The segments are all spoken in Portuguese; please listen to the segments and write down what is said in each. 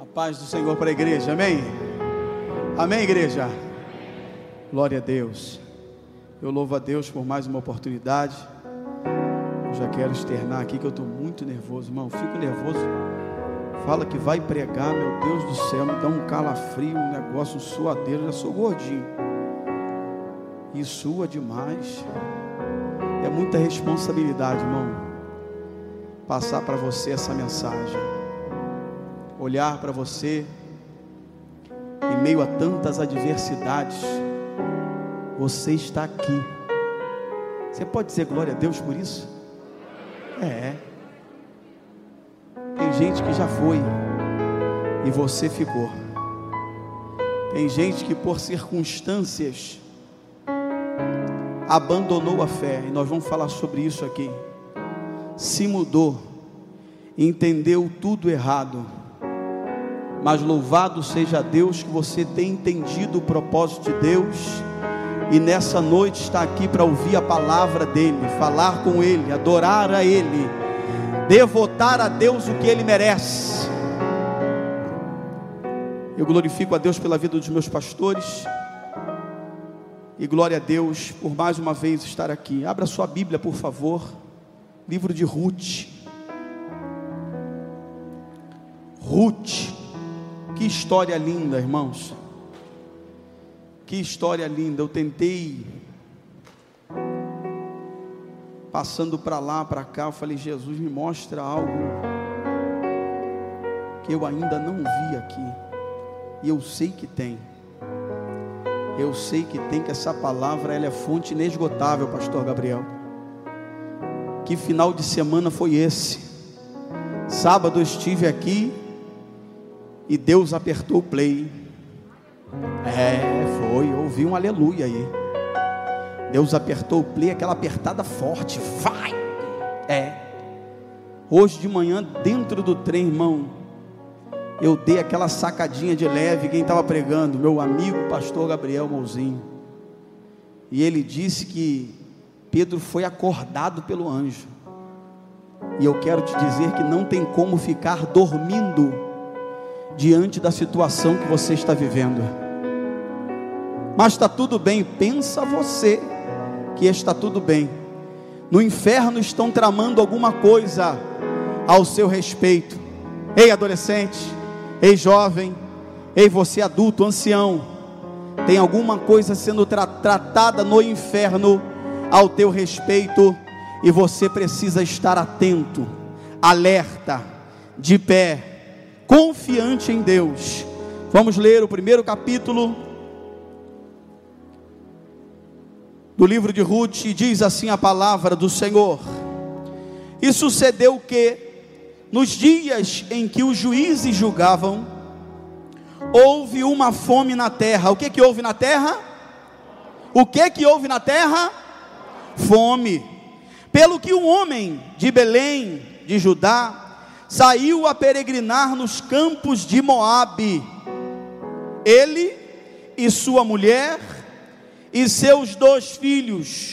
Paz do Senhor para a igreja, amém? Amém, igreja? Glória a Deus. Eu louvo a Deus por mais uma oportunidade. Eu já quero externar aqui que eu estou muito nervoso, irmão. Fico nervoso. Fala que vai pregar, meu Deus do céu, me dá um calafrio, um negócio, um suadeiro. Eu já sou gordinho e sua demais. É muita responsabilidade, irmão, passar para você essa mensagem, olhar para você em meio a tantas adversidades. Você está aqui. Você pode dizer glória a Deus por isso? Tem gente que já foi e você ficou. Tem gente que por circunstâncias abandonou a fé, e nós vamos falar sobre isso aqui. Se mudou, entendeu tudo errado, mas louvado seja Deus que você tem entendido o propósito de Deus, e nessa noite está aqui para ouvir a palavra dEle, falar com Ele, adorar a Ele, devotar a Deus o que Ele merece. Eu glorifico a Deus pela vida dos meus pastores, e glória a Deus por mais uma vez estar aqui. Abra sua Bíblia, por favor, livro de Ruth. Ruth, que história linda, irmãos, que história linda. Eu tentei, passando para lá, para cá, eu falei, Jesus, me mostra algo que eu ainda não vi aqui, e eu sei que tem. Eu sei que tem, que essa palavra ela é fonte inesgotável, pastor Gabriel. Que final de semana foi esse? Sábado eu estive aqui e Deus apertou o play. Foi, ouvi um aleluia aí. Deus apertou o play, aquela apertada forte, vai! Hoje de manhã, dentro do trem, irmão, eu dei aquela sacadinha de leve. Quem estava pregando? Meu amigo pastor Gabriel Mouzinho. E ele disse que Pedro foi acordado pelo anjo. E eu quero te dizer que não tem como ficar dormindo diante da situação que você está vivendo. Mas está tudo bem, pensa você que está tudo bem. No inferno estão tramando alguma coisa ao seu respeito. Ei, adolescente, ei, jovem, ei, você adulto, ancião, tem alguma coisa sendo tratada no inferno ao teu respeito, e você precisa estar atento, alerta, de pé, confiante em Deus. Vamos ler o primeiro capítulo do livro de Ruth, e diz assim a palavra do Senhor: E sucedeu que, nos dias em que os juízes julgavam, houve uma fome na terra. O que que houve na terra? O que que houve na terra? Fome. Pelo que um homem de Belém, de Judá, saiu a peregrinar nos campos de Moabe, ele e sua mulher e seus 2 filhos.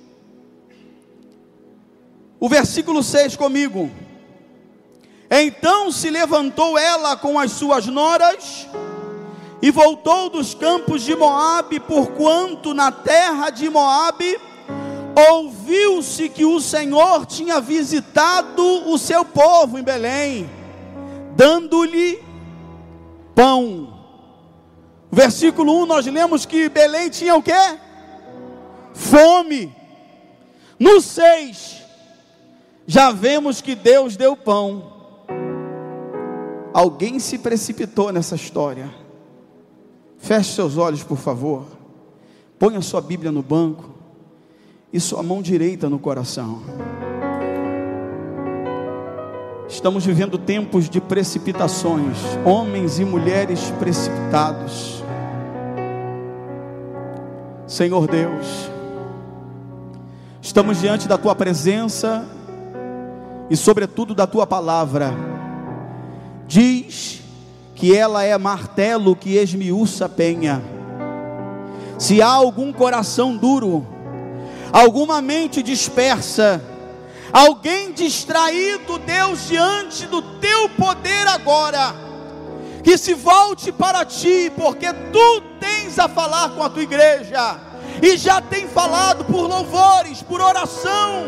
O versículo 6 comigo. Então se levantou ela com as suas noras e voltou dos campos de Moabe, porquanto na terra de Moabe ouviu-se que o Senhor tinha visitado o seu povo em Belém, dando-lhe pão. Versículo 1 nós lemos que Belém tinha o quê? Fome. No 6 já vemos que Deus deu pão. Alguém se precipitou nessa história. Feche seus olhos, por favor. Ponha sua Bíblia no banco e sua mão direita no coração. Estamos vivendo tempos de precipitações, homens e mulheres precipitados. Senhor Deus, estamos diante da Tua presença e sobretudo da Tua palavra. Diz que ela é martelo que esmiuça a penha. Se há algum coração duro, alguma mente dispersa, alguém distraído, Deus, diante do Teu poder agora, que se volte para ti, porque tu tens a falar com a tua igreja, e já tem falado por louvores, por oração,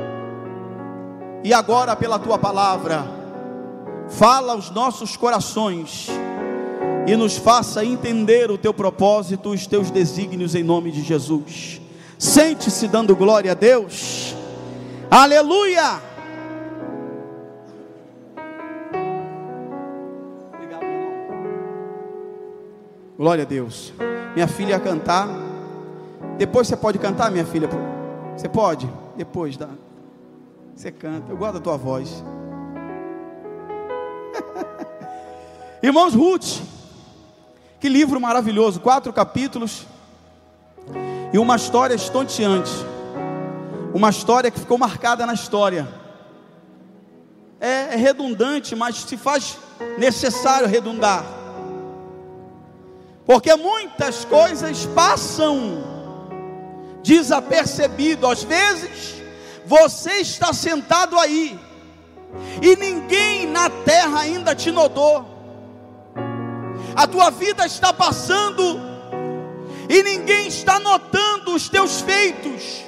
e agora pela tua palavra. Fala aos nossos corações e nos faça entender o teu propósito, os teus desígnios, em nome de Jesus. Sente-se dando glória a Deus. Aleluia. Obrigado, meu irmão. Glória a Deus. Minha filha ia cantar. Depois você pode cantar, minha filha? Você pode? Depois dá. Você canta. Eu gosto da tua voz. Irmãos, Ruth, que livro maravilhoso, 4 capítulos e uma história estonteante, uma história que ficou marcada na história. É redundante, mas se faz necessário redundar, porque muitas coisas passam desapercebido. Às vezes você está sentado aí e ninguém na terra ainda te notou. A tua vida está passando e ninguém está notando os teus feitos.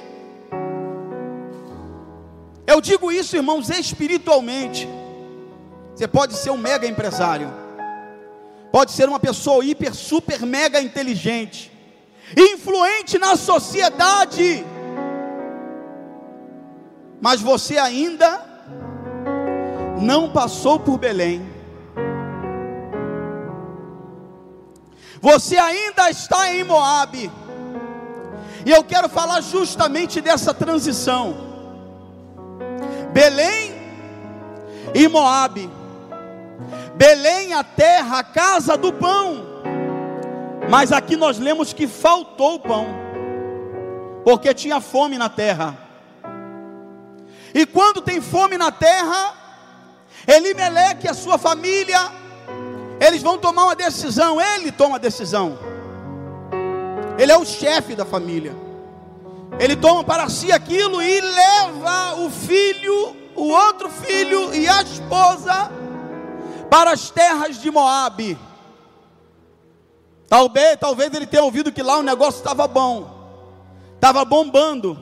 Eu digo isso, irmãos, espiritualmente. Você pode ser um mega empresário, pode ser uma pessoa hiper, super, mega inteligente, influente na sociedade, mas você ainda não passou por Belém. Você ainda está em Moabe. E eu quero falar justamente dessa transição. Belém e Moabe. Belém, a terra, a casa do pão. Mas aqui nós lemos que faltou o pão, porque tinha fome na terra. E quando tem fome na terra, Elimeleque e a sua família, eles vão tomar uma decisão. Ele toma a decisão. Ele é o chefe da família. Ele toma para si aquilo e leva o filho, o outro filho e a esposa para as terras de Moabe. Talvez ele tenha ouvido que lá o negócio estava bom, estava bombando.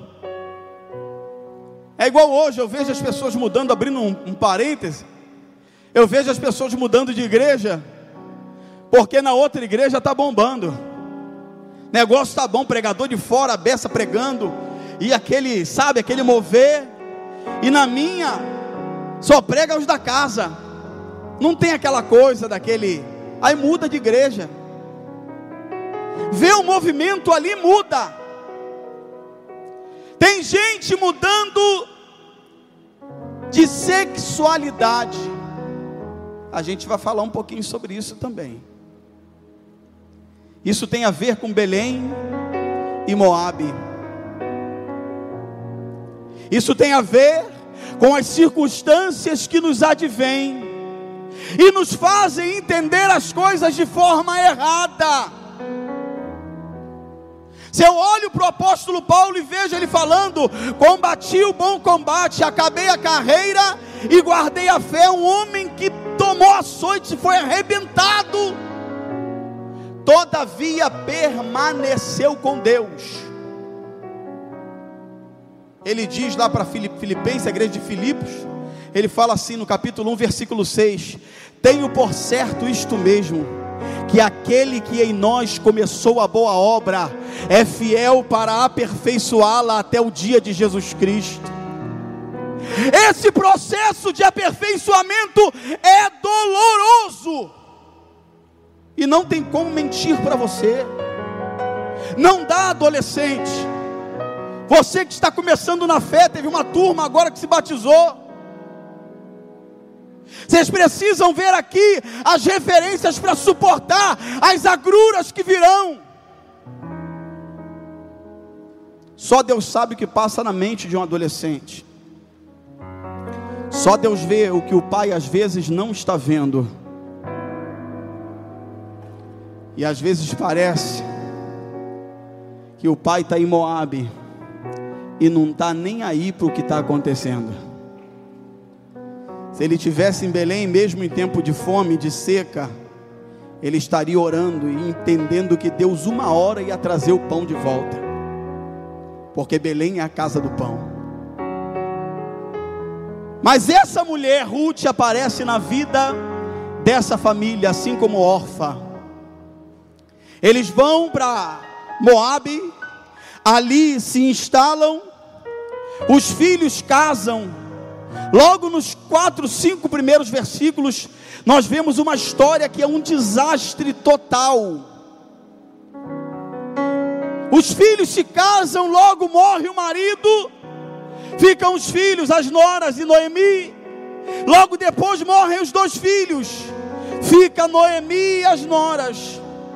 É igual hoje, eu vejo as pessoas mudando, abrindo um parêntese, eu vejo as pessoas mudando de igreja, porque na outra igreja está bombando, negócio está bom, pregador de fora, a beça pregando, e aquele mover, e na minha, só prega os da casa, não tem aquela coisa daquele, aí muda de igreja, vê o movimento ali, muda, tem gente mudando de sexualidade, a gente vai falar um pouquinho sobre isso também. Isso tem a ver com Belém e Moabe. Isso tem a ver com as circunstâncias que nos advêm e nos fazem entender as coisas de forma errada. Se eu olho para o apóstolo Paulo e vejo ele falando: combati o bom combate, acabei a carreira e guardei a fé, um homem que tomou açoite e foi arrebentado, todavia permaneceu com Deus. Ele diz lá para Filipenses, a igreja de Filipos, ele fala assim no capítulo 1, versículo 6: tenho por certo isto mesmo, que aquele que em nós começou a boa obra é fiel para aperfeiçoá-la até o dia de Jesus Cristo. Esse processo de aperfeiçoamento é doloroso, e não tem como mentir para você. Não dá, adolescente, você que está começando na fé, teve uma turma agora que se batizou, vocês precisam ver aqui as referências para suportar as agruras que virão. Só Deus sabe o que passa na mente de um adolescente. Só Deus vê o que o pai às vezes não está vendo. E às vezes parece que o pai está em Moabe e não está nem aí para o que está acontecendo. Se ele estivesse em Belém, mesmo em tempo de fome, de seca, ele estaria orando e entendendo que Deus uma hora ia trazer o pão de volta, porque Belém é a casa do pão. Mas essa mulher, Ruth, aparece na vida dessa família, assim como Orfa. Eles vão para Moabe, ali se instalam, os filhos casam. Logo nos 4, 5 primeiros versículos, nós vemos uma história que é um desastre total. Os filhos se casam, logo morre o marido, ficam os filhos, as noras e Noemi. Logo depois morrem os 2 filhos, fica Noemi e as noras.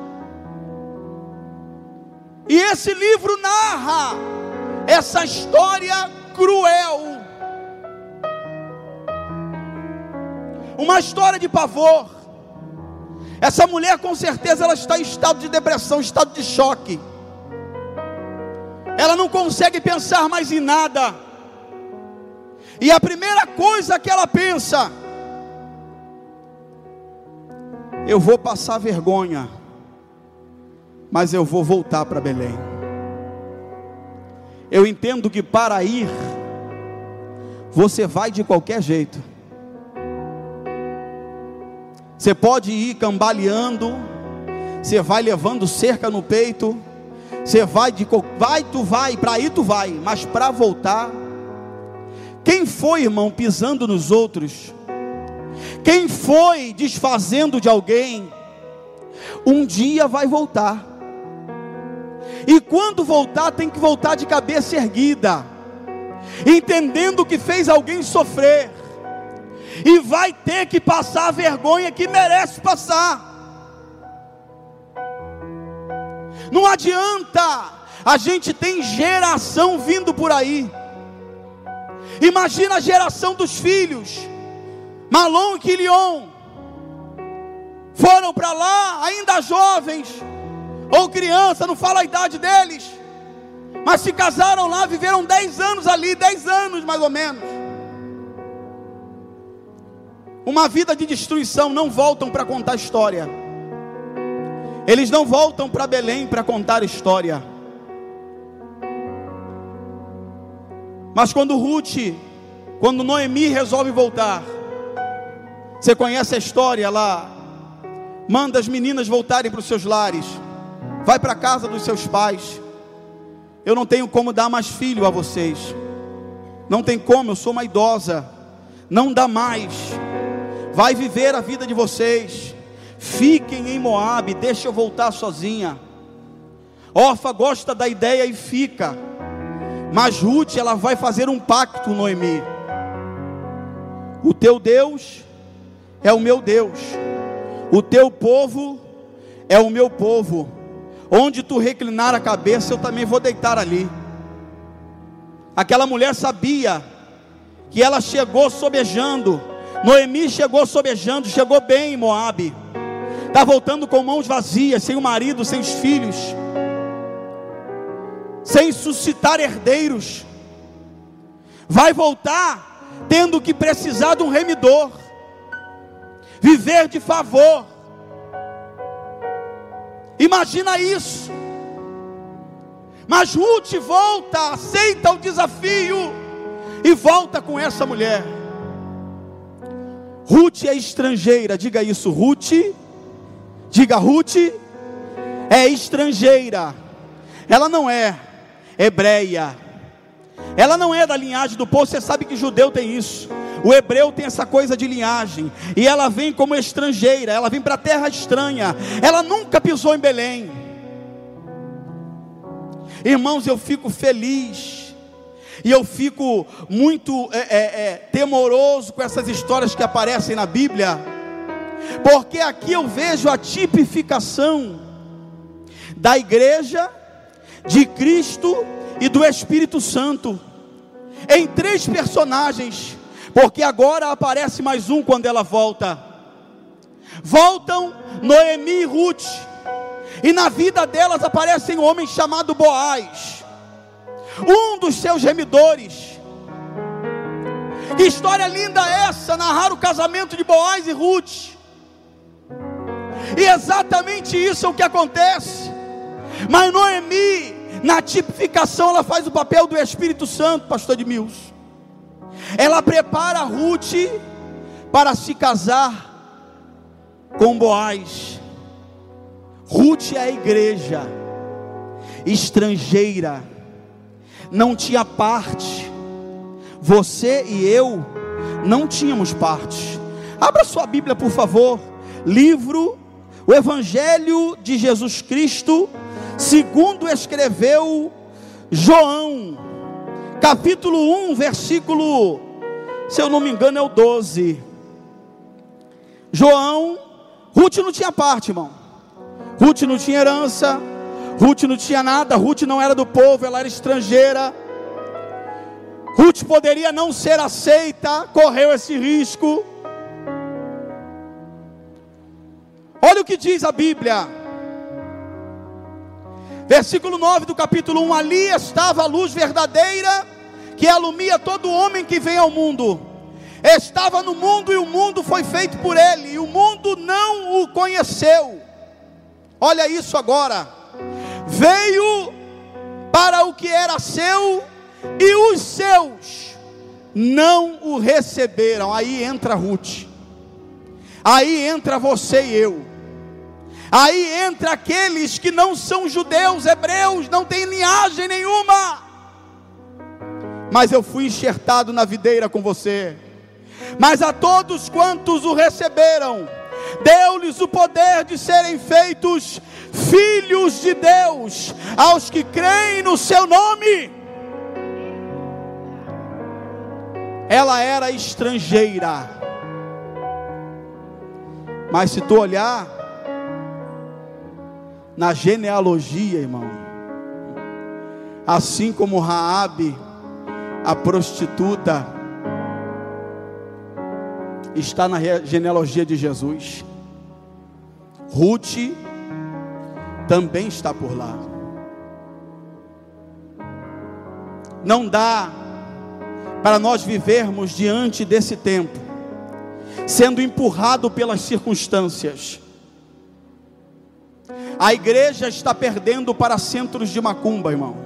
E esse livro narra essa história cruel, uma história de pavor. Essa mulher com certeza ela está em estado de depressão, estado de choque. Ela não consegue pensar mais em nada. E a primeira coisa que ela pensa: eu vou passar vergonha, mas eu vou voltar para Belém. Eu entendo que para ir, você vai de qualquer jeito. Você pode ir cambaleando, você vai levando cerca no peito, você vai, para ir tu vai, mas para voltar, quem foi, irmão, pisando nos outros, quem foi desfazendo de alguém, um dia vai voltar. E quando voltar, tem que voltar de cabeça erguida, entendendo que fez alguém sofrer, e vai ter que passar a vergonha que merece passar. Não adianta, a gente tem geração vindo por aí. Imagina a geração dos filhos, Malom e Quilion, foram para lá ainda jovens, ou criança, não fala a idade deles, mas se casaram lá, viveram 10 anos ali, 10 anos mais ou menos. Uma vida de destruição, não voltam para contar história. Eles não voltam para Belém para contar história. Mas quando Noemi resolve voltar, você conhece a história, ela manda as meninas voltarem para os seus lares, vai para a casa dos seus pais. Eu não tenho como dar mais filho a vocês, não tem como, eu sou uma idosa, não dá mais. Vai viver a vida de vocês, fiquem em Moabe, deixa eu voltar sozinha. Orfa gosta da ideia e fica, mas Ruth, ela vai fazer um pacto, Noemi: o teu Deus é o meu Deus, o teu povo é o meu povo, onde tu reclinar a cabeça, eu também vou deitar ali. Aquela mulher sabia que ela chegou sobejando. Noemi chegou sobejando, chegou bem em Moabe, está voltando com mãos vazias, sem o marido, sem os filhos, sem suscitar herdeiros. Vai voltar tendo que precisar de um remidor, viver de favor. Imagina isso. Mas Ruth volta, aceita o desafio e volta com essa mulher. Ruth é estrangeira, diga isso, Ruth, diga Ruth, é estrangeira, ela não é hebreia, ela não é da linhagem do povo. Você sabe que judeu tem isso, o hebreu tem essa coisa de linhagem, e ela vem como estrangeira, ela vem para terra estranha, ela nunca pisou em Belém. Irmãos, eu fico feliz, e eu fico muito temoroso com essas histórias que aparecem na Bíblia, porque aqui eu vejo a tipificação da igreja, de Cristo e do Espírito Santo, em 3 personagens, porque agora aparece mais um quando ela volta. Voltam Noemi e Ruth, e na vida delas aparece um homem chamado Boaz, um dos seus remidores. Que história linda essa, narrar o casamento de Boaz e Ruth. E exatamente isso é o que acontece. Mas Noemi, na tipificação, ela faz o papel do Espírito Santo, pastor Edmilson. Ela prepara Ruth para se casar com Boaz. Ruth é a igreja estrangeira, não tinha parte. Você e eu não tínhamos parte. Abra sua Bíblia, por favor. O Evangelho de Jesus Cristo, segundo escreveu João, capítulo 1, versículo, se eu não me engano, é o 12. João, Ruth não tinha parte, irmão. Ruth não tinha herança, Ruth não tinha nada, Ruth não era do povo, ela era estrangeira. Ruth poderia não ser aceita, correu esse risco. Olha o que diz a Bíblia, versículo 9 do capítulo 1: ali estava a luz verdadeira, que alumia todo homem que vem ao mundo. Estava no mundo e o mundo foi feito por ele, e o mundo não o conheceu. Olha isso agora: veio para o que era seu, e os seus não o receberam. Aí entra Ruth, aí entra você e eu, aí entra aqueles que não são judeus, hebreus, não tem linhagem nenhuma, mas eu fui enxertado na videira com você. Mas a todos quantos o receberam, deu-lhes o poder de serem feitos filhos de Deus, aos que creem no seu nome. Ela era estrangeira, mas se tu olhar na genealogia, irmão, assim como Raabe, a prostituta, está na genealogia de Jesus, Ruth também está por lá. Não dá para nós vivermos diante desse tempo sendo empurrado pelas circunstâncias. A igreja está perdendo para centros de macumba, irmão.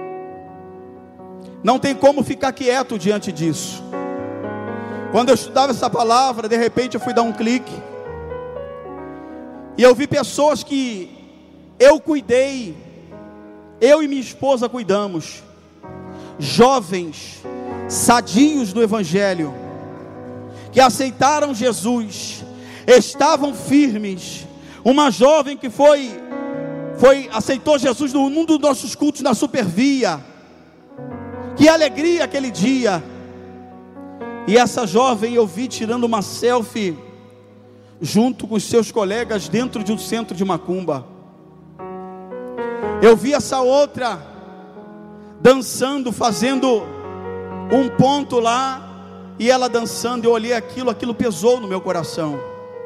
Não tem como ficar quieto diante disso. Quando eu estudava essa palavra, de repente eu fui dar um clique, e eu vi pessoas que eu cuidei, eu e minha esposa cuidamos, jovens, sadios do Evangelho, que aceitaram Jesus, estavam firmes. Uma jovem que aceitou Jesus num dos nossos cultos na Supervia. Que alegria aquele dia. E essa jovem eu vi tirando uma selfie junto com os seus colegas dentro de um centro de macumba. Eu vi essa outra dançando, fazendo um ponto lá, e ela dançando. Eu olhei aquilo pesou no meu coração.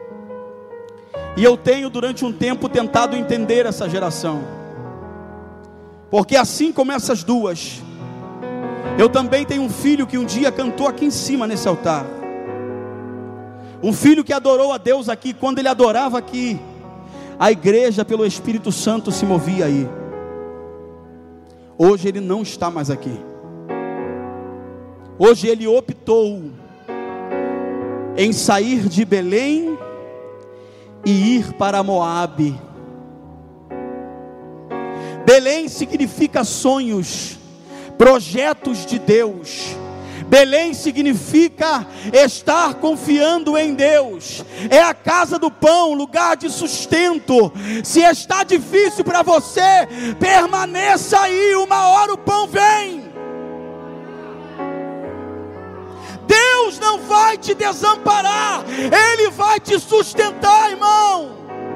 E eu tenho durante um tempo tentado entender essa geração, porque assim como essas duas, eu também tenho um filho que um dia cantou aqui em cima nesse altar. Um filho que adorou a Deus aqui. Quando ele adorava aqui, a igreja pelo Espírito Santo se movia aí. Hoje ele não está mais aqui. Hoje ele optou em sair de Belém e ir para Moabe. Belém significa sonhos, projetos de Deus. Belém significa estar confiando em Deus. É a casa do pão, lugar de sustento. Se está difícil para você, permaneça aí, uma hora o pão vem. Deus não vai te desamparar, Ele vai te sustentar, irmão.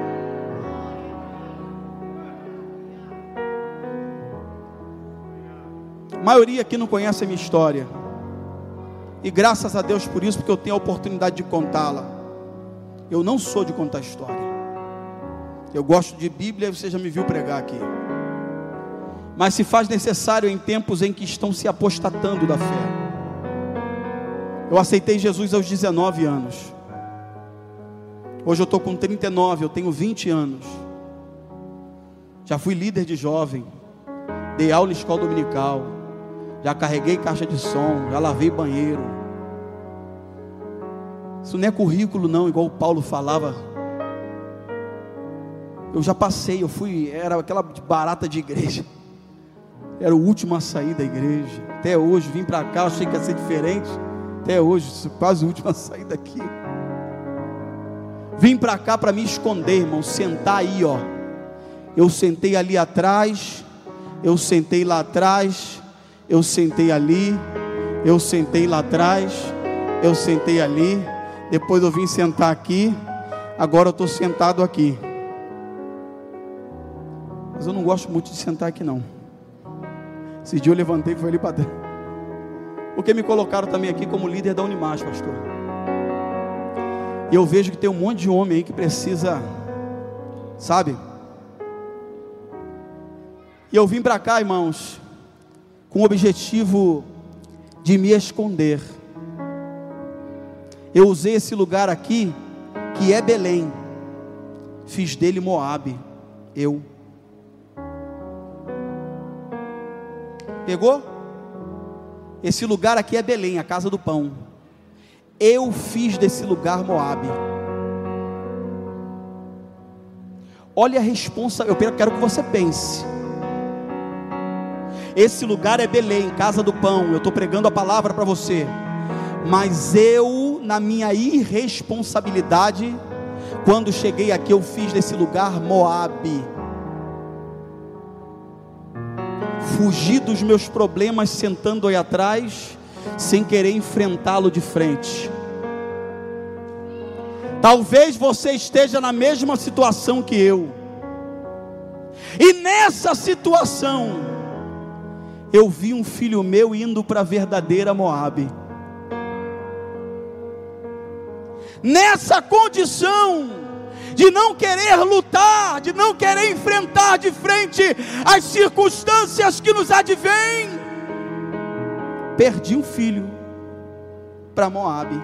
A maioria aqui não conhece a minha história, e graças a Deus por isso, porque eu tenho a oportunidade de contá-la. Eu não sou de contar história, eu gosto de Bíblia, você já me viu pregar aqui. Mas se faz necessário em tempos em que estão se apostatando da fé. Eu aceitei Jesus aos 19 anos. Hoje eu estou com 39, eu tenho 20 anos. Já fui líder de jovem, dei aula em escola dominical, já carreguei caixa de som, já lavei banheiro. Isso não é currículo não, igual o Paulo falava. Eu já passei, era aquela barata de igreja. Era o último a sair da igreja. Até hoje, vim para cá, achei que ia ser diferente. Até hoje, quase o último a sair daqui. Vim para cá para me esconder, irmão, sentar aí, ó. Eu sentei ali atrás, eu sentei lá atrás, eu sentei ali, eu sentei lá atrás, eu sentei ali, depois eu vim sentar aqui, agora eu estou sentado aqui. Mas eu não gosto muito de sentar aqui não. Esse dia eu levantei e fui ali para dentro. Porque me colocaram também aqui como líder da Unimais, pastor. E eu vejo que tem um monte de homem aí que precisa, sabe? E eu vim para cá, irmãos, com o objetivo de me esconder. Eu usei esse lugar aqui, que é Belém, fiz dele Moabe. Pegou? Esse lugar aqui é Belém, a casa do pão. Eu fiz desse lugar Moabe. Olha a responsabilidade. Eu quero que você pense. Esse lugar é Belém, casa do pão. Eu estou pregando a palavra para você. Mas eu, na minha irresponsabilidade, quando cheguei aqui, eu fiz desse lugar Moabe. Fugi dos meus problemas sentando aí atrás, sem querer enfrentá-lo de frente. Talvez você esteja na mesma situação que eu. E nessa situação, eu vi um filho meu indo para a verdadeira Moabe. Nessa condição de não querer lutar, de não querer enfrentar de frente as circunstâncias que nos advêm, perdi um filho para Moabe.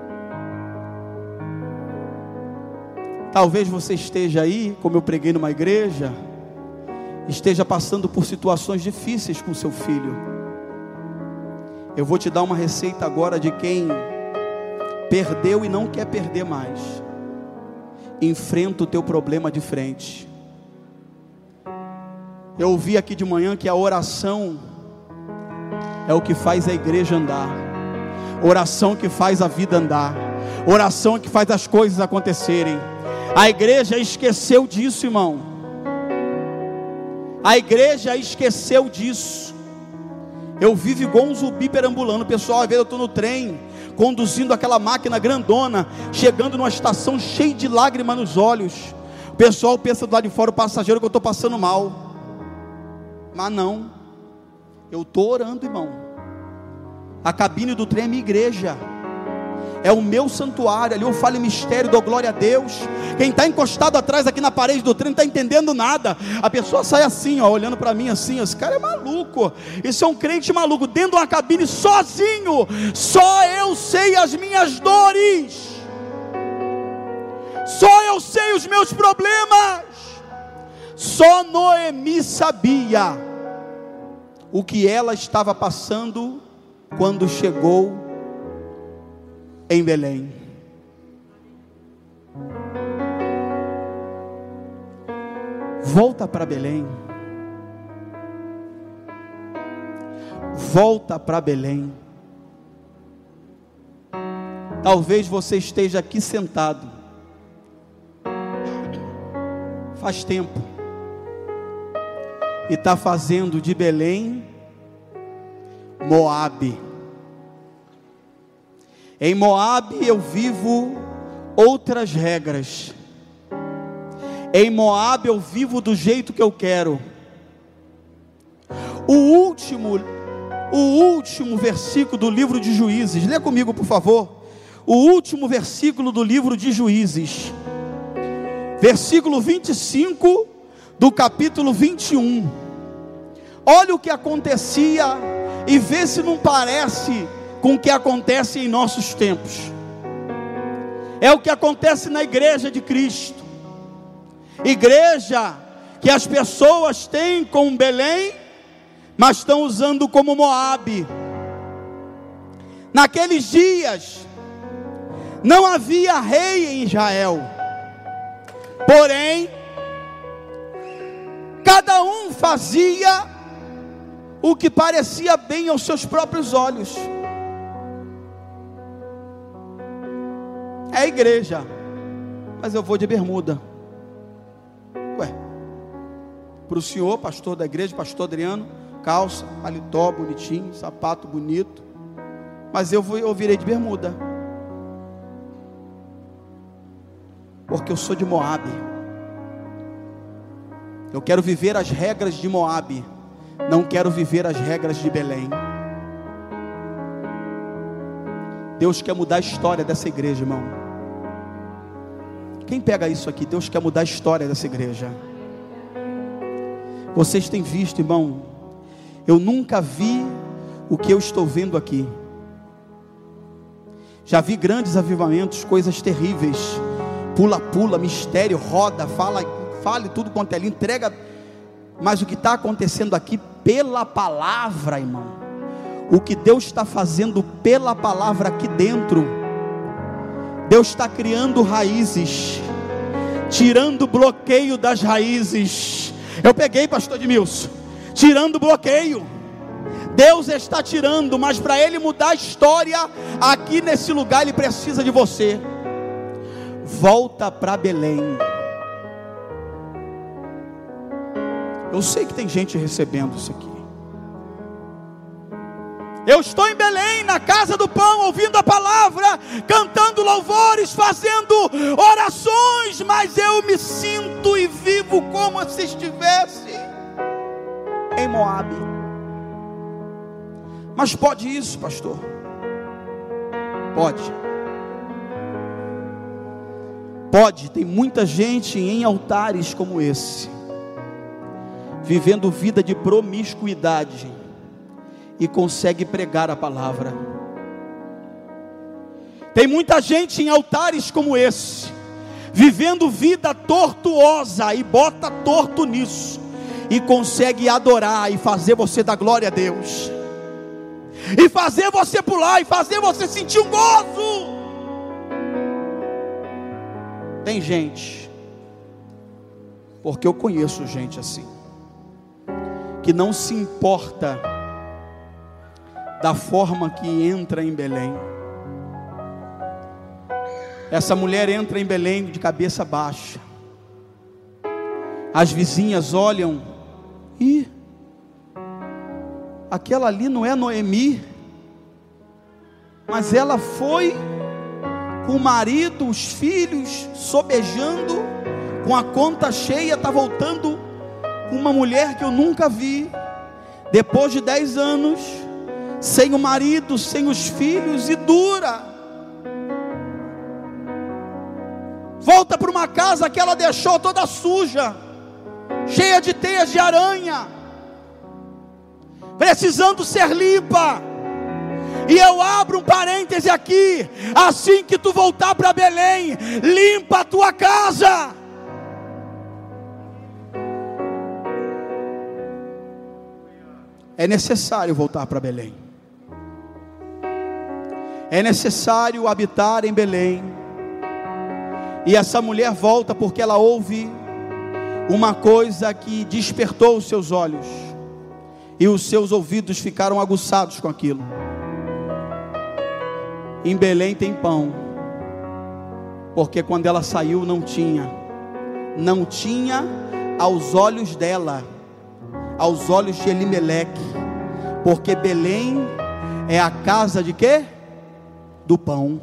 Talvez você esteja aí, como eu preguei numa igreja, esteja passando por situações difíceis com seu filho. Eu vou te dar uma receita agora de quem perdeu e não quer perder mais. Enfrenta o teu problema de frente. Eu ouvi aqui de manhã que a oração é o que faz a igreja andar, oração que faz a vida andar, oração que faz as coisas acontecerem. A igreja esqueceu disso, irmão. A igreja esqueceu disso. Eu vivo igual um zumbi perambulando. Pessoal, às vezes eu estou no trem, conduzindo aquela máquina grandona, chegando numa estação cheia de lágrimas nos olhos. O pessoal pensa do lado de fora, o passageiro, que eu estou passando mal. Mas não, eu estou orando, irmão. A cabine do trem é minha igreja, é o meu santuário. Ali eu falo em mistério, dou glória a Deus. Quem está encostado atrás aqui na parede do trem não está entendendo nada. A pessoa sai assim, ó, olhando para mim assim, esse cara é maluco, isso é um crente maluco, dentro de uma cabine sozinho. Só eu sei as minhas dores, só eu sei os meus problemas. Só Noemi sabia o que ela estava passando quando chegou em Belém. Volta para Belém. Volta para Belém. Talvez você esteja aqui sentado faz tempo e está fazendo de Belém Moabe. Em Moabe eu vivo outras regras. Em Moabe eu vivo do jeito que eu quero. O último versículo do livro de Juízes, lê comigo por favor. O último versículo do livro de Juízes, versículo 25 do capítulo 21. Olha o que acontecia e vê se não parece com o que acontece em nossos tempos. É o que acontece na igreja de Cristo. Igreja que as pessoas têm com Belém, mas estão usando como Moabe. Naqueles dias não havia rei em Israel, porém cada um fazia o que parecia bem aos seus próprios olhos. É a igreja, mas eu vou de bermuda. Ué, para o senhor, pastor da igreja, pastor Adriano, calça, paletó bonitinho, sapato bonito, mas eu virei de bermuda, porque eu sou de Moabe. Eu quero viver as regras de Moabe, não quero viver as regras de Belém. Deus quer mudar a história dessa igreja, irmão. Quem pega isso aqui? Deus quer mudar a história dessa igreja. Vocês têm visto, irmão, eu nunca vi o que eu estou vendo aqui. Já vi grandes avivamentos, coisas terríveis, pula, mistério, roda, fale tudo quanto é, entrega. Mas o que está acontecendo aqui pela palavra, irmão, o que Deus está fazendo pela palavra aqui dentro, Deus está criando raízes, tirando o bloqueio das raízes. Eu peguei, pastor Edmilson, tirando o bloqueio. Deus está tirando, mas para Ele mudar a história aqui nesse lugar, Ele precisa de você. Volta para Belém. Eu sei que tem gente recebendo isso aqui. Eu estou em Belém, na casa do pão, ouvindo a palavra, cantando louvores, fazendo orações, mas eu me sinto e vivo como se estivesse em Moabe. Mas pode isso, pastor? Pode, tem muita gente em altares como esse, vivendo vida de promiscuidade, e consegue pregar a palavra. Tem muita gente em altares como esse, vivendo vida tortuosa, e bota torto nisso, e consegue adorar, e fazer você dar glória a Deus, e fazer você pular, e fazer você sentir um gozo. Tem gente, porque eu conheço gente assim, que não se importa da forma que entra em Belém. Essa mulher entra em Belém de cabeça baixa. As vizinhas olham, e aquela ali não é Noemi, mas ela foi com o marido, os filhos, sobejando, com a conta cheia, está voltando com uma mulher que eu nunca vi, depois de 10 anos, sem o marido, sem os filhos, e dura. Volta para uma casa que ela deixou toda suja, cheia de teias de aranha, precisando ser limpa. E eu abro um parêntese aqui: assim que tu voltar para Belém, limpa a tua casa. É necessário voltar para Belém. É necessário habitar em Belém. E essa mulher volta porque ela ouve uma coisa que despertou os seus olhos, e os seus ouvidos ficaram aguçados com aquilo. Em Belém tem pão, porque quando ela saiu não tinha aos olhos dela, aos olhos de Elimeleque, porque Belém é a casa de quê? Do pão.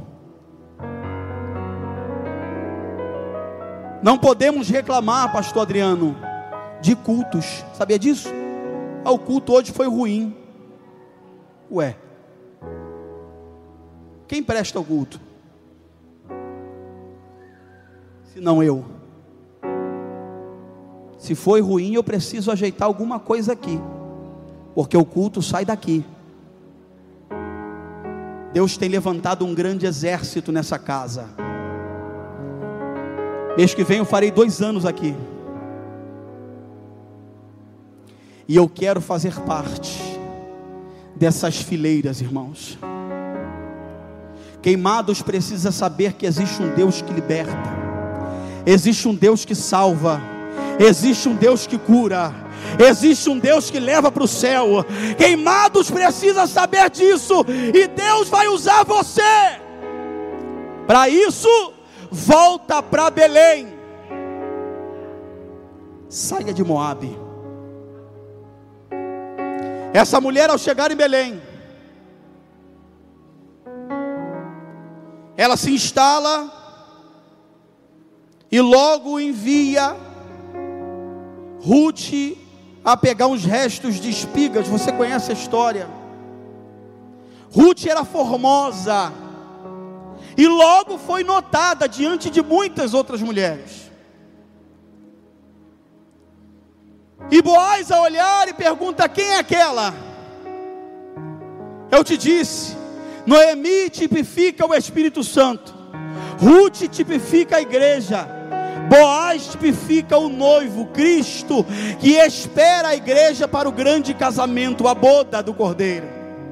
Não podemos reclamar, pastor Adriano, de cultos. Sabia disso? O culto hoje foi ruim. Ué, quem presta o culto? Se não eu. Se foi ruim, eu preciso ajeitar alguma coisa aqui, porque o culto sai daqui. Deus tem levantado um grande exército nessa casa. Mês que vem eu farei 2 anos aqui. E eu quero fazer parte dessas fileiras, irmãos. Queimados precisa saber que existe um Deus que liberta, existe um Deus que salva, existe um Deus que cura, existe um Deus que leva para o céu. Queimados precisa saber disso, e Deus vai usar você. Para isso, volta para Belém. Saia de Moabe. Essa mulher, ao chegar em Belém, ela se instala e logo envia Ruth a pegar uns restos de espigas. Você conhece a história? Ruth era formosa e logo foi notada diante de muitas outras mulheres. E Boaz, a olhar, e pergunta: quem é aquela? Eu te disse, Noemi tipifica o Espírito Santo, Ruth tipifica a igreja, Boaz tipifica o noivo, Cristo, que espera a igreja para o grande casamento, a boda do Cordeiro.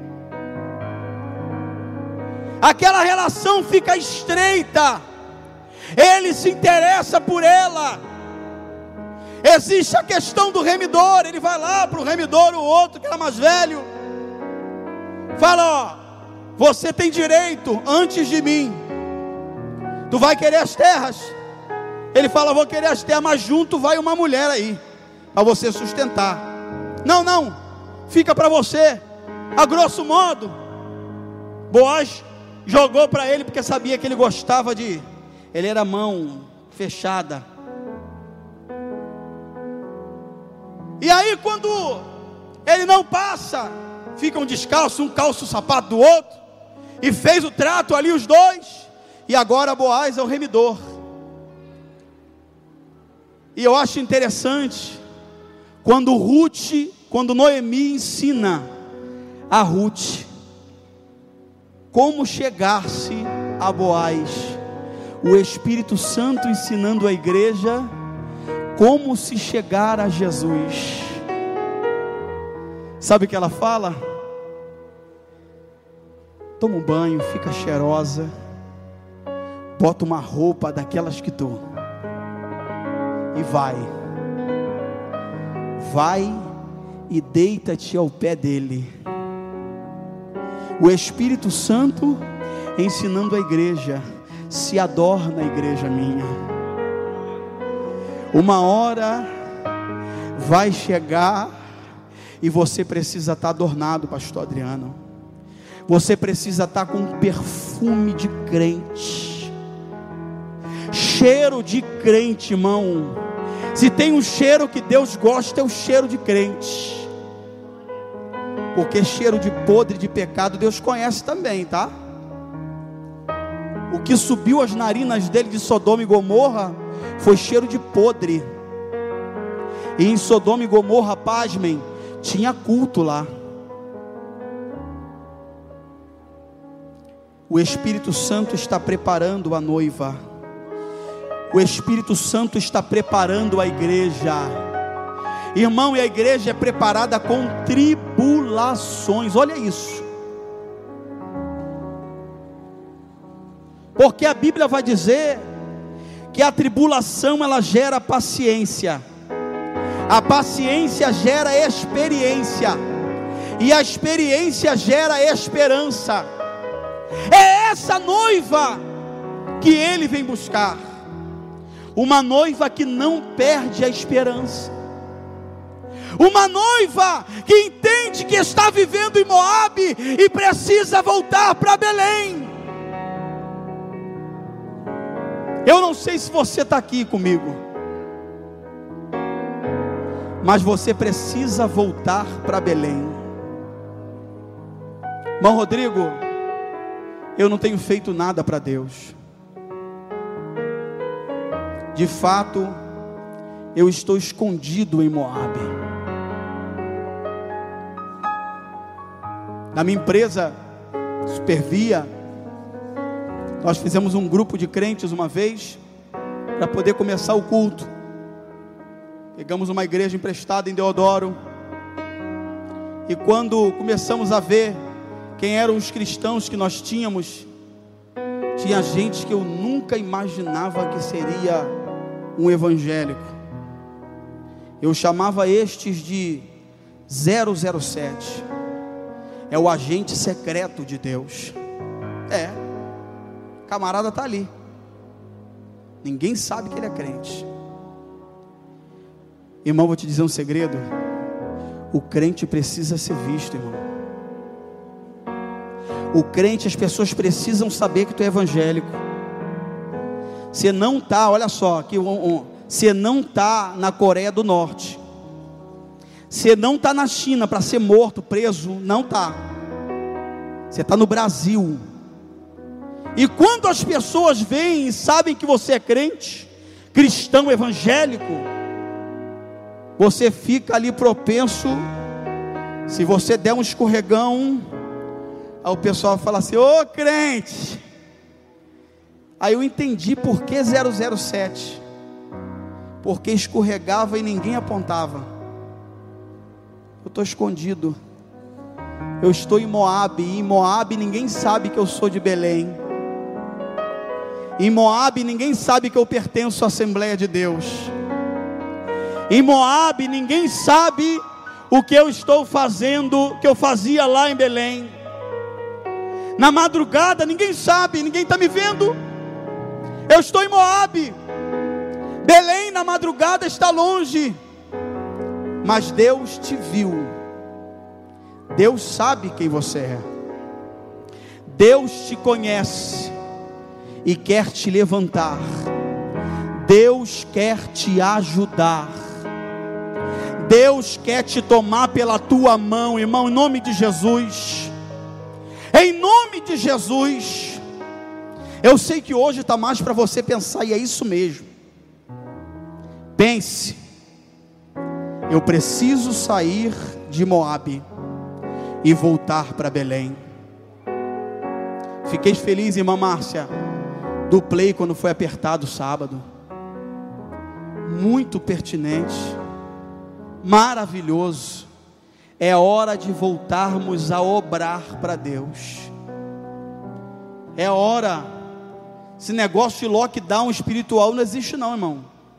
Aquela relação fica estreita, ele se interessa por ela. Existe a questão do remidor, ele vai lá para o remidor, o outro que era mais velho, fala: ó, você tem direito antes de mim, tu vai querer as terras? Ele fala: vou querer as terras, mas junto vai uma mulher aí, para você sustentar. Não, fica para você. A grosso modo, Boaz jogou para ele, porque sabia que ele gostava ele era mão fechada. E aí quando ele não passa, ficam descalços, um calça o sapato do outro, e fez o trato ali os dois, e agora Boaz é o remidor. E eu acho interessante, quando Noemi ensina a Ruth como chegar-se a Boaz, o Espírito Santo ensinando a igreja como se chegar a Jesus. Sabe o que ela fala? Toma um banho, fica cheirosa, bota uma roupa daquelas que tu, e vai e deita-te ao pé dele. O Espírito Santo ensinando a igreja: se adorna a igreja minha. Uma hora vai chegar e você precisa estar adornado, pastor Adriano. Você precisa estar com um perfume de crente, cheiro de crente, irmão. Se tem um cheiro que Deus gosta, é o cheiro de crente. Porque cheiro de podre, de pecado, Deus conhece também, tá? O que subiu as narinas dele de Sodoma e Gomorra foi cheiro de podre. E em Sodoma e Gomorra, pasmem, tinha culto lá. O Espírito Santo está preparando a noiva. O Espírito Santo está preparando a igreja. Irmão, e a igreja é preparada com tribulações. Olha isso. Porque a Bíblia vai dizer que a tribulação ela gera paciência. A paciência gera experiência. E a experiência gera esperança. É essa noiva que ele vem buscar. Uma noiva que não perde a esperança. Uma noiva que entende que está vivendo em Moabe e precisa voltar para Belém. Eu não sei se você está aqui comigo, mas você precisa voltar para Belém. Irmão Rodrigo, eu não tenho feito nada para Deus. De fato, eu estou escondido em Moabe. Na minha empresa, Supervia, nós fizemos um grupo de crentes uma vez, para poder começar o culto. Pegamos uma igreja emprestada em Deodoro, e quando começamos a ver quem eram os cristãos que nós tínhamos, tinha gente que eu nunca imaginava que seria um evangélico. Eu chamava estes de 007, é o agente secreto de Deus. Camarada está ali, ninguém sabe que ele é crente. Irmão, vou te dizer um segredo: o crente precisa ser visto, irmão. O crente, as pessoas precisam saber que tu é evangélico. Você não está, olha só, você não está na Coreia do Norte, você não está na China para ser morto, preso, não está. Você está no Brasil. E quando as pessoas veem e sabem que você é crente, cristão evangélico, você fica ali propenso. Se você der um escorregão, aí o pessoal fala assim: ô crente. Aí eu entendi por que 007, porque escorregava e ninguém apontava. Eu estou escondido, eu estou em Moabe, e em Moabe ninguém sabe que eu sou de Belém. Em Moabe ninguém sabe que eu pertenço à Assembleia de Deus. Em Moabe ninguém sabe o que eu estou fazendo, que eu fazia lá em Belém. Na madrugada ninguém sabe, ninguém está me vendo. Eu estou em Moabe. Belém na madrugada está longe, mas Deus te viu. Deus sabe quem você é. Deus te conhece e quer te levantar. Deus quer te ajudar. Deus quer te tomar pela tua mão, irmão, em nome de Jesus. Em nome de Jesus. Eu sei que hoje está mais para você pensar, e é isso mesmo. Pense: eu preciso sair de Moabe e voltar para Belém. Fiquei feliz, irmã Márcia, do play quando foi apertado sábado. Muito pertinente, maravilhoso. É hora de voltarmos a obrar para Deus. É hora. Esse negócio de lockdown espiritual não existe não, irmão.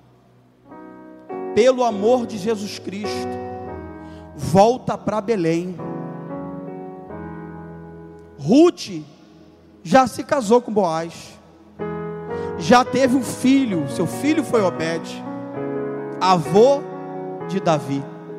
Pelo amor de Jesus Cristo, volta para Belém. Ruth já se casou com Boaz, já teve um filho. Seu filho foi Obed, avô de Davi.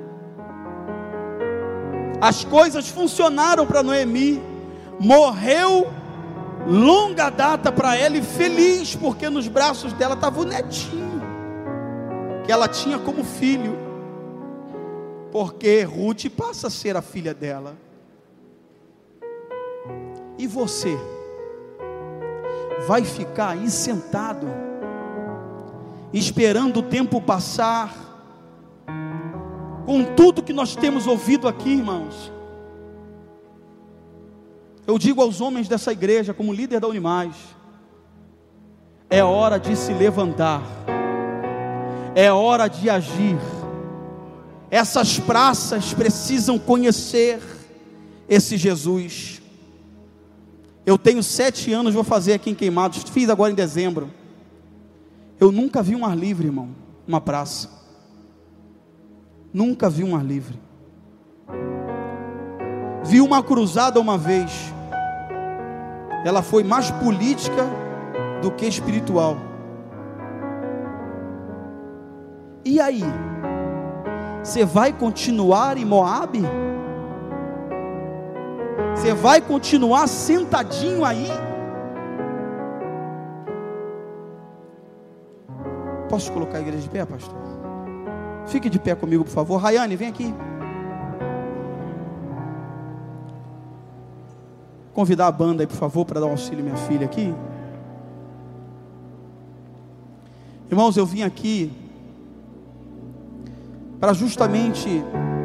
As coisas funcionaram para Noemi. Morreu longa data para ela, e feliz, porque nos braços dela estava o netinho que ela tinha como filho, porque Ruth passa a ser a filha dela. E você vai ficar aí sentado, esperando o tempo passar, com tudo que nós temos ouvido aqui, irmãos? Eu digo aos homens dessa igreja, como líder da Unimais: é hora de se levantar, é hora de agir. Essas praças precisam conhecer esse Jesus. Eu tenho 7 anos, vou fazer aqui em Queimados, fiz agora em dezembro. Eu nunca vi um ar livre, irmão, uma praça. Nunca vi um ar livre. Vi uma cruzada uma vez. Ela foi mais política do que espiritual. E aí? Você vai continuar em Moabe? Você vai continuar sentadinho aí? Posso colocar a igreja de pé, pastor? Fique de pé comigo, por favor. Rayane, vem aqui. Convidar a banda aí, por favor, para dar um auxílio à minha filha aqui. Irmãos, eu vim aqui para justamente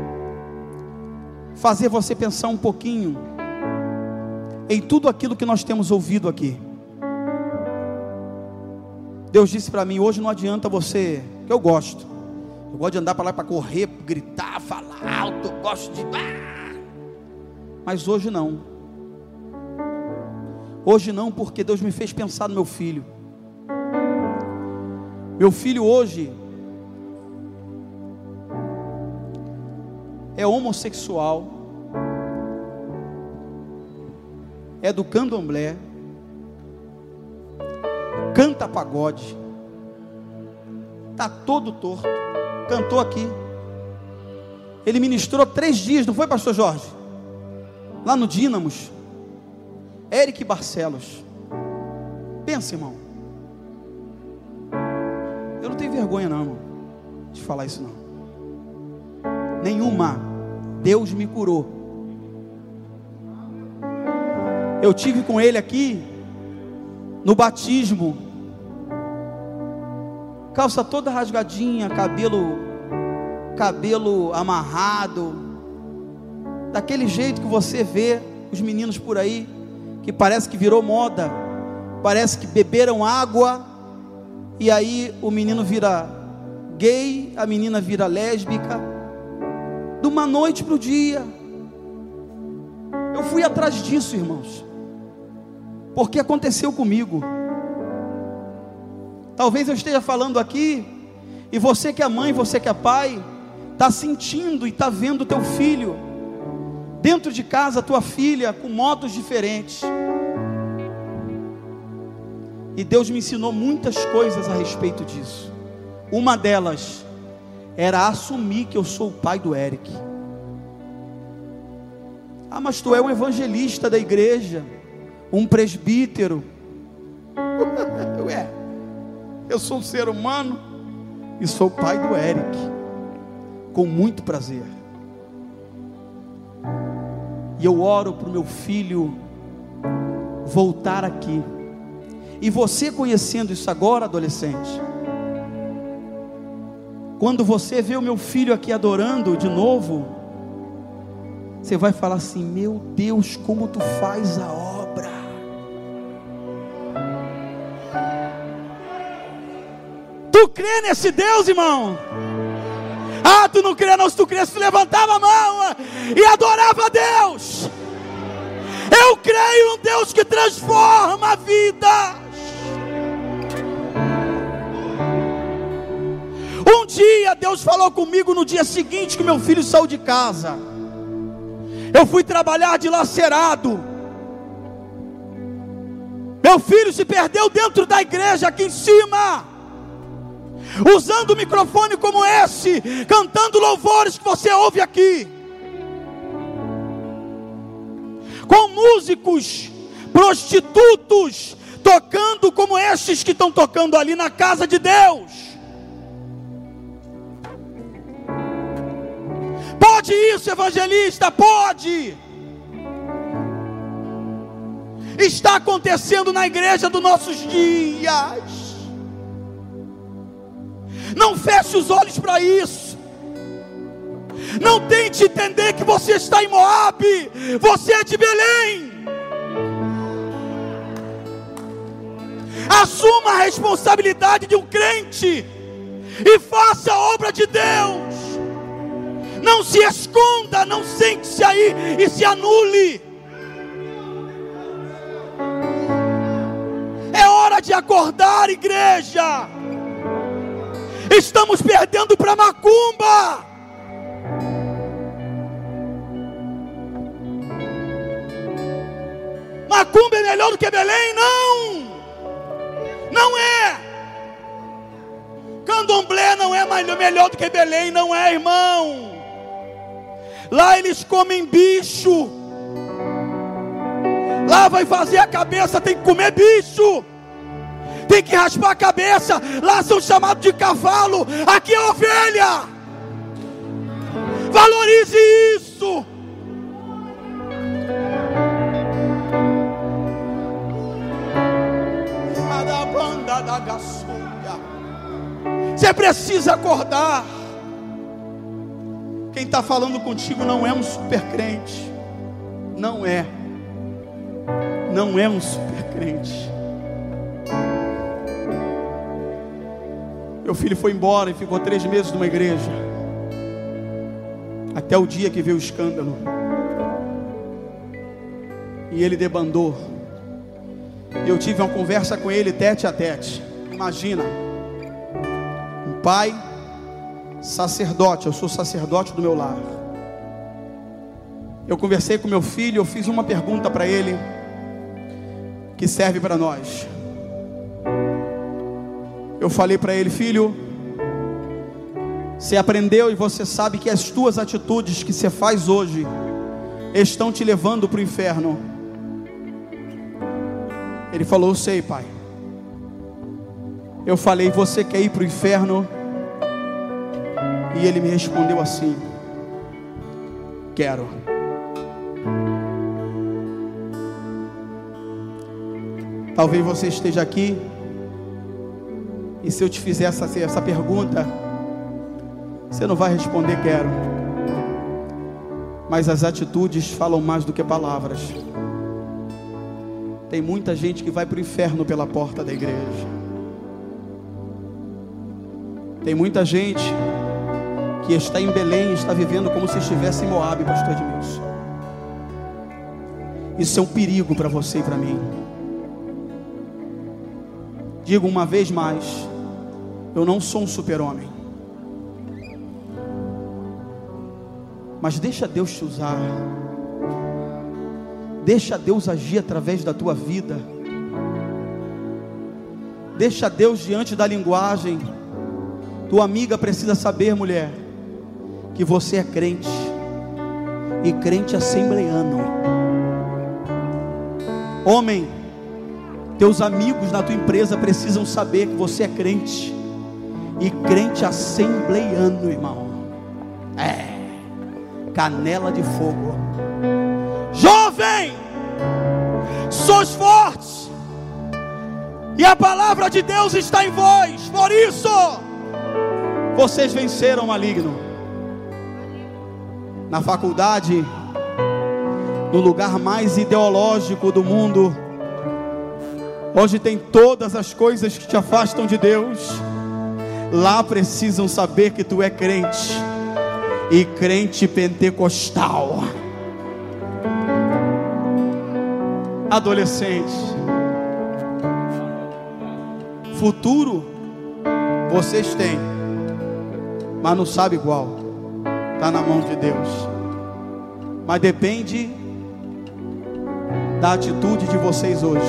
fazer você pensar um pouquinho em tudo aquilo que nós temos ouvido aqui. Deus disse para mim: hoje não adianta você, que eu gosto de andar para lá para correr, gritar, falar alto, eu gosto de... Mas hoje não. Hoje não, porque Deus me fez pensar no meu filho. Meu filho hoje é homossexual, é do candomblé, canta pagode, está todo torto, cantou aqui, ele ministrou 3 dias, não foi, pastor Jorge? Lá no Dínamos, Eric Barcelos. Pensa, irmão, eu não tenho vergonha não, irmão, de falar isso não, nenhuma. Deus me curou. Eu tive com ele aqui no batismo, calça toda rasgadinha, cabelo amarrado, daquele jeito que você vê os meninos por aí, que parece que virou moda, parece que beberam água, e aí o menino vira gay, a menina vira lésbica, de uma noite para o dia. Eu fui atrás disso, irmãos, porque aconteceu comigo. Talvez eu esteja falando aqui, e você que é mãe, você que é pai, está sentindo e está vendo o teu filho, dentro de casa, a tua filha, com modos diferentes. E Deus me ensinou muitas coisas a respeito disso. Uma delas era assumir que eu sou o pai do Eric. Ah, mas tu é um evangelista da igreja, um presbítero. Eu sou um ser humano e sou o pai do Eric, com muito prazer. E eu oro para o meu filho voltar aqui. E você conhecendo isso agora, adolescente, quando você vê o meu filho aqui adorando de novo, você vai falar assim: meu Deus, como tu faz a obra. Tu crê nesse Deus, irmão? Ah, tu não crê não. Se tu crê, tu levantava a mão e adorava a Deus. Eu creio num Deus que transforma vidas. Um dia Deus falou comigo no dia seguinte que meu filho saiu de casa. Eu fui trabalhar dilacerado. Meu filho se perdeu dentro da igreja aqui em cima, usando um microfone como esse, cantando louvores que você ouve aqui, com músicos prostitutos tocando como estes que estão tocando ali na casa de Deus. Pode isso, evangelista, pode. Está acontecendo na igreja dos nossos dias. Não feche os olhos para isso. Não tente entender que você está em Moabe. Você é de Belém. Assuma a responsabilidade de um crente e faça a obra de Deus. Não se esconda, não sente-se aí e se anule. É hora de acordar, igreja. Estamos perdendo para macumba. Macumba é melhor do que Belém? Não, não é. Candomblé não é melhor do que Belém, não é, irmão. Lá eles comem bicho. Lá vai fazer a cabeça, tem que comer bicho. Tem que raspar a cabeça. Lá são chamados de cavalo. Aqui é ovelha. Valorize isso. Você precisa acordar. Quem está falando contigo não é um super crente. Não é. Não é um super crente. Meu filho foi embora e ficou 3 meses numa igreja, até o dia que veio o escândalo, e ele debandou. E eu tive uma conversa com ele tete a tete. Imagina, um pai sacerdote, eu sou sacerdote do meu lar. Eu conversei com meu filho, eu fiz uma pergunta para ele, que serve para nós. Eu falei para ele: filho, você aprendeu e você sabe que as tuas atitudes que você faz hoje estão te levando para o inferno. Ele falou: eu sei, pai. Eu falei: você quer ir para o inferno? E ele me respondeu assim: quero. Talvez você esteja aqui, e se eu te fizer essa pergunta, você não vai responder quero. Mas as atitudes falam mais do que palavras. Tem muita gente que vai para o inferno pela porta da igreja. Tem muita gente que está em Belém e está vivendo como se estivesse em Moabe, pastor Edmilson. Isso é um perigo para você e para mim. Digo uma vez mais, eu não sou um super-homem, mas deixa Deus te usar. Deixa Deus agir através da tua vida. Deixa Deus diante da linguagem. Tua amiga precisa saber, mulher, que você é crente, e crente assembleano. Homem, teus amigos na tua empresa precisam saber que você é crente, e crente assembleano, irmão. Canela de fogo. Jovem, sois fortes, e a palavra de Deus está em vós. Por isso vocês venceram o maligno. Na faculdade, no lugar mais ideológico do mundo, onde tem todas as coisas que te afastam de Deus, lá precisam saber que tu é crente, e crente pentecostal. Adolescente, futuro vocês têm, mas não sabe qual. Está na mão de Deus. Mas depende da atitude de vocês hoje.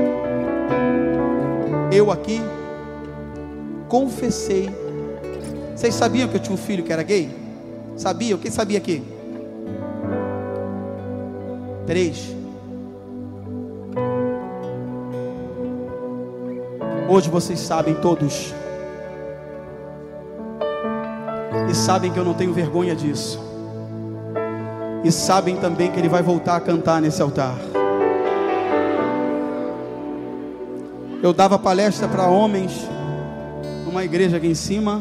Eu aqui confessei. Vocês sabiam que eu tinha um filho que era gay? Sabiam? Quem sabia aqui? 3. Hoje vocês sabem todos. E sabem que eu não tenho vergonha disso. E sabem também que ele vai voltar a cantar nesse altar. Eu dava palestra para homens numa igreja aqui em cima,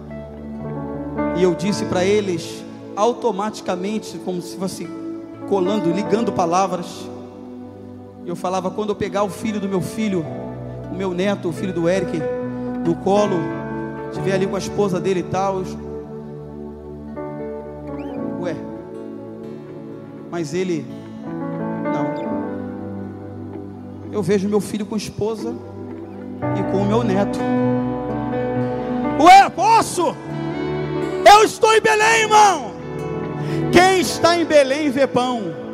e eu disse para eles automaticamente, como se fosse colando, ligando palavras. Eu falava: quando eu pegar o filho do meu filho, o meu neto, o filho do Eric, no colo, estiver ali com a esposa dele e tal, ué, mas ele não. Eu vejo meu filho com a esposa e com o meu neto. Ué, posso? Eu estou em Belém, irmão. Quem está em Belém vê pão.